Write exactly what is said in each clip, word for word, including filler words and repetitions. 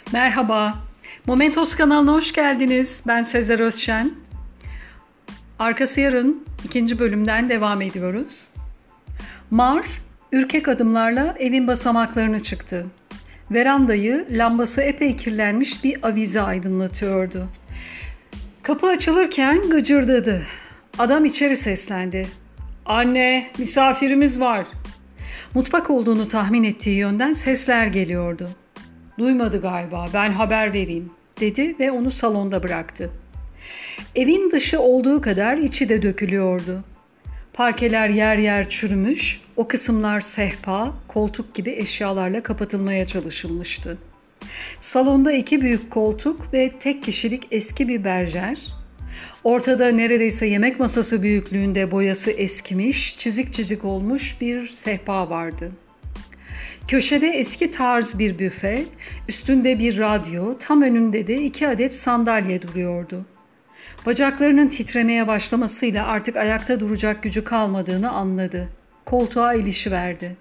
Merhaba, Momentos kanalına hoş geldiniz. Ben Sezer Özşen. Arkası yarın ikinci bölümden devam ediyoruz. Mar, ürkek adımlarla evin basamaklarını çıktı. Verandayı lambası epey kirlenmiş bir avize aydınlatıyordu. Kapı açılırken gıcırdadı. Adam içeri seslendi. "Anne, misafirimiz var." Mutfak olduğunu tahmin ettiği yönden sesler geliyordu. "Duymadı galiba, ben haber vereyim," dedi ve onu salonda bıraktı. Evin dışı olduğu kadar içi de dökülüyordu. Parkeler yer yer çürümüş, o kısımlar sehpa, koltuk gibi eşyalarla kapatılmaya çalışılmıştı. Salonda iki büyük koltuk ve tek kişilik eski bir berjer, ortada neredeyse yemek masası büyüklüğünde boyası eskimiş, çizik çizik olmuş bir sehpa vardı. Köşede eski tarz bir büfe, üstünde bir radyo, tam önünde de iki adet sandalye duruyordu. Bacaklarının titremeye başlamasıyla artık ayakta duracak gücü kalmadığını anladı. Koltuğa ilişiverdi.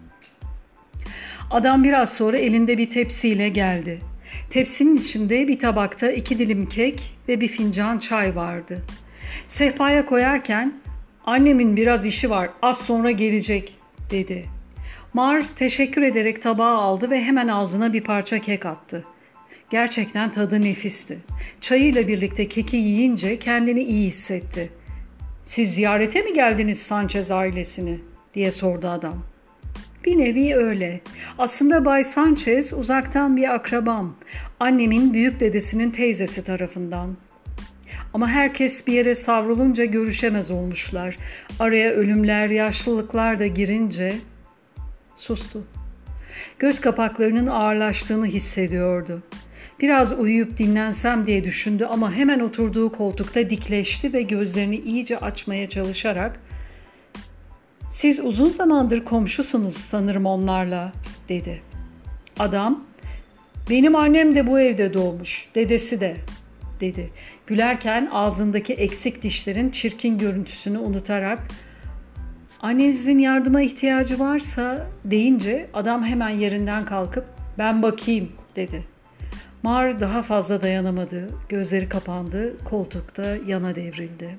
Adam biraz sonra elinde bir tepsiyle geldi. Tepsinin içinde bir tabakta iki dilim kek ve bir fincan çay vardı. Sehpaya koyarken, "Annemin biraz işi var, az sonra gelecek," dedi. Mar teşekkür ederek tabağı aldı ve hemen ağzına bir parça kek attı. Gerçekten tadı nefisti. Çayıyla birlikte keki yiyince kendini iyi hissetti. "Siz ziyarete mi geldiniz Sanchez ailesini?" diye sordu adam. "Bir nevi öyle. Aslında Bay Sanchez uzaktan bir akrabam. Annemin büyük dedesinin teyzesi tarafından. Ama herkes bir yere savrulunca görüşemez olmuşlar. Araya ölümler, yaşlılıklar da girince..." Sustu. Göz kapaklarının ağırlaştığını hissediyordu. Biraz uyuyup dinlensem diye düşündü ama hemen oturduğu koltukta dikleşti ve gözlerini iyice açmaya çalışarak "Siz uzun zamandır komşusunuz sanırım onlarla," dedi. Adam, "Benim annem de bu evde doğmuş, dedesi de," dedi. Gülerken ağzındaki eksik dişlerin çirkin görüntüsünü unutarak "Annenizin yardıma ihtiyacı varsa," deyince adam hemen yerinden kalkıp "Ben bakayım," dedi. Mar daha fazla dayanamadı. Gözleri kapandı, koltukta yana devrildi.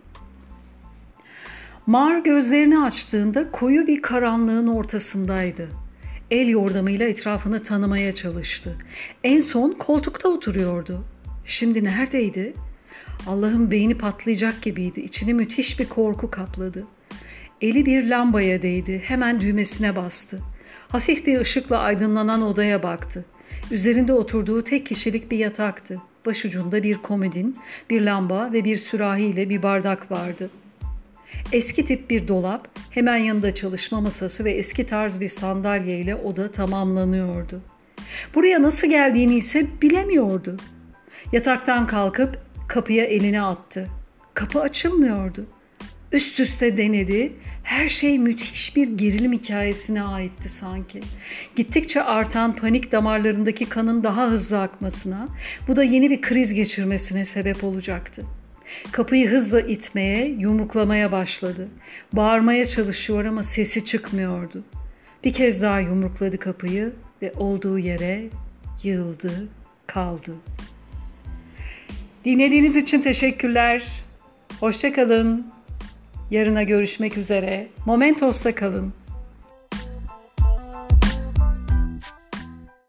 Mar gözlerini açtığında koyu bir karanlığın ortasındaydı. El yordamıyla etrafını tanımaya çalıştı. En son koltukta oturuyordu. Şimdi neredeydi? Allah'ım, beyni patlayacak gibiydi. İçini müthiş bir korku kapladı. Eli bir lambaya değdi. Hemen düğmesine bastı. Hafif bir ışıkla aydınlanan odaya baktı. Üzerinde oturduğu tek kişilik bir yataktı. Başucunda bir komodin, bir lamba ve bir sürahiyle bir bardak vardı. Eski tip bir dolap, hemen yanında çalışma masası ve eski tarz bir sandalye ile oda tamamlanıyordu. Buraya nasıl geldiğini ise bilemiyordu. Yataktan kalkıp kapıya elini attı. Kapı açılmıyordu. Üst üste denedi. Her şey müthiş bir gerilim hikayesine aitti sanki. Gittikçe artan panik damarlarındaki kanın daha hızlı akmasına, bu da yeni bir kriz geçirmesine sebep olacaktı. Kapıyı hızla itmeye, yumruklamaya başladı. Bağırmaya çalışıyor ama sesi çıkmıyordu. Bir kez daha yumrukladı kapıyı ve olduğu yere yığıldı, kaldı. Dinlediğiniz için teşekkürler. Hoşça kalın. Yarına görüşmek üzere. Momentos'ta kalın.